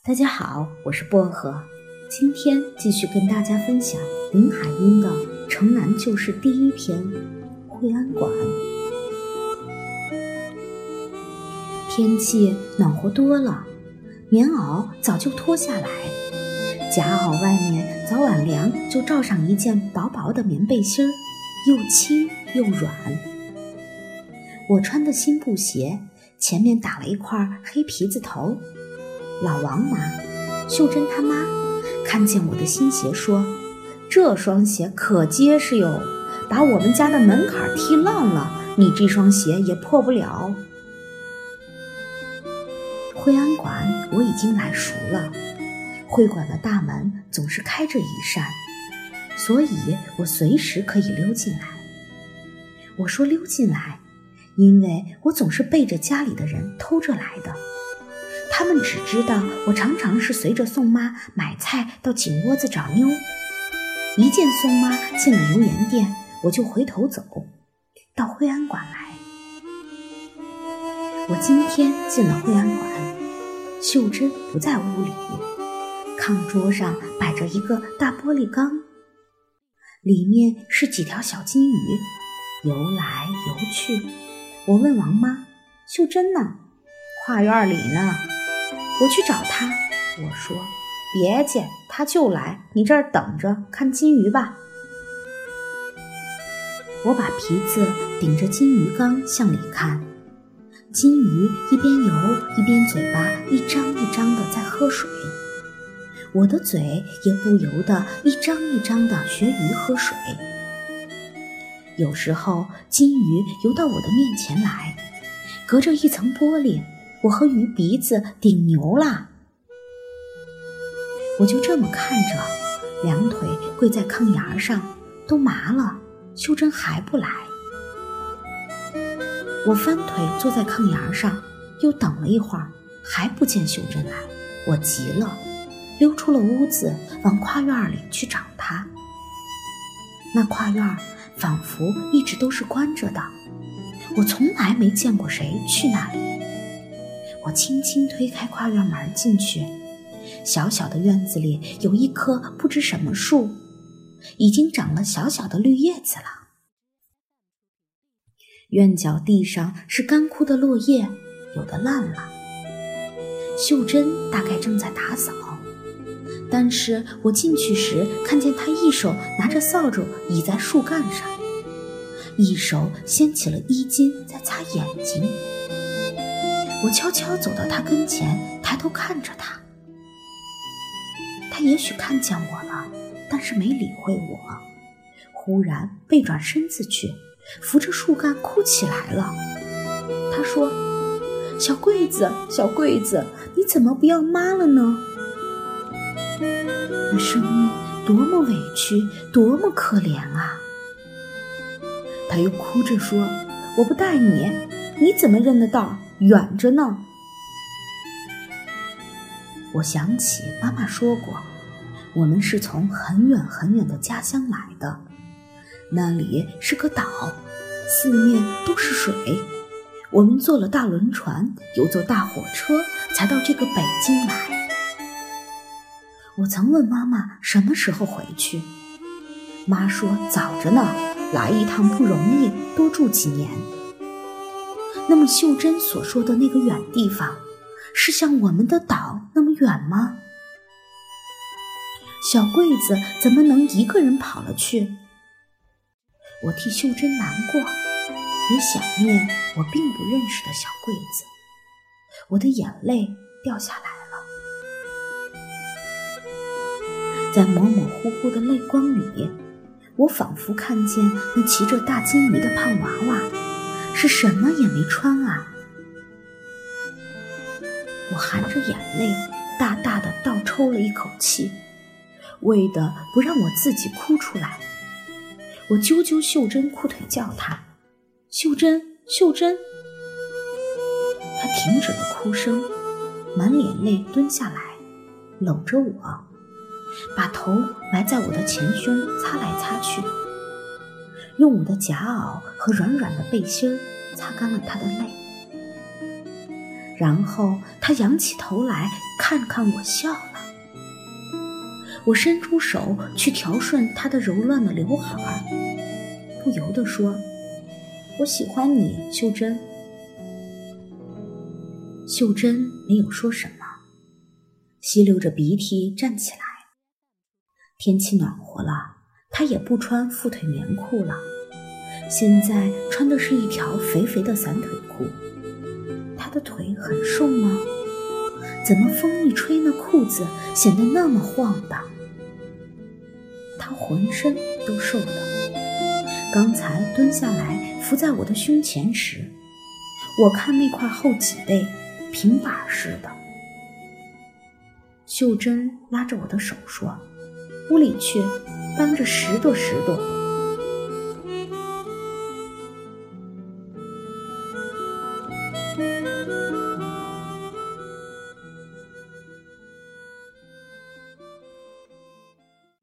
大家好，我是薄荷，今天继续跟大家分享林海音的《城南旧事》第一篇《惠安馆》。天气暖和多了，棉袄早就脱下来，夹袄外面早晚凉就罩上一件薄薄的棉背心儿，又轻又软。我穿的新布鞋前面打了一块黑皮子头，老王妈、秀珍他妈看见我的新鞋说：“这双鞋可结实哟，把我们家的门槛踢烂了，你这双鞋也破不了。”惠安馆我已经来熟了，会馆的大门总是开着一扇，所以我随时可以溜进来。我说溜进来，因为我总是背着家里的人偷着来的。他们只知道我常常是随着宋妈买菜到井窝子找妞，一见宋妈进了油盐店，我就回头走到惠安馆来。我今天进了惠安馆，秀珍不在屋里，炕桌上摆着一个大玻璃缸，里面是几条小金鱼，游来游去。我问王妈：“秀珍呢？花园里呢。”我去找她，我说：“别去，她就来，你这儿等着看金鱼吧。”我把皮子顶着金鱼缸向里看，金鱼一边游一边嘴巴一张一张的在喝水，我的嘴也不由得一张一张的学鱼喝水。有时候金鱼游到我的面前来，隔着一层玻璃，我和鱼鼻子顶牛啦。我就这么看着，两腿跪在炕沿上，都麻了，秀珍还不来。我翻腿坐在炕沿上，又等了一会儿，还不见秀珍来，我急了，溜出了屋子，往跨院里去找她。那跨院仿佛一直都是关着的，我从来没见过谁去那里。我轻轻推开跨院门进去，小小的院子里有一棵不知什么树，已经长了小小的绿叶子了。院角地上是干枯的落叶，有的烂了。秀珍大概正在打扫，但是我进去时看见她一手拿着扫帚倚在树干上，一手掀起了衣襟在擦眼睛。我悄悄走到她跟前，抬头看着她。她也许看见我了，但是没理会我，忽然背转身子去，扶着树干哭起来了。她说：“小桂子，小桂子，你怎么不要妈了呢？”那声音多么委屈，多么可怜啊！她又哭着说：“我不带你，你怎么认得道？远着呢。”我想起妈妈说过，我们是从很远很远的家乡来的，那里是个岛，四面都是水，我们坐了大轮船，又坐大火车，才到这个北京来。我曾问妈妈什么时候回去，妈说早着呢，来一趟不容易，多住几年。那么秀珍所说的那个远地方，是像我们的岛那么远吗？小桂子怎么能一个人跑了去？我替秀珍难过，也想念我并不认识的小桂子，我的眼泪掉下来了。在模模糊糊的泪光里，我仿佛看见那骑着大金鱼的胖娃娃，是什么也没穿啊。我含着眼泪大大的倒抽了一口气，为的不让我自己哭出来。我揪揪秀珍裤腿叫她：“秀珍，秀珍！”她停止了哭声，满脸泪蹲下来，搂着我，把头埋在我的前胸擦来擦去，用我的夹袄和软软的背心擦干了她的泪。 然后他仰起头来看看我，笑了。我伸出手去调顺他的柔乱的刘海，不由地说：“我喜欢你，秀珍。”秀珍没有说什么，吸溜着鼻涕站起来。天气暖和了，她也不穿副腿棉裤了，现在穿的是一条肥肥的散腿裤。她的腿很瘦吗？怎么风一吹，那裤子显得那么晃荡？她浑身都瘦的，刚才蹲下来伏在我的胸前时，我看那块后脊背平板似的。秀珍拉着我的手说：“屋里去，搬着拾掇拾掇。”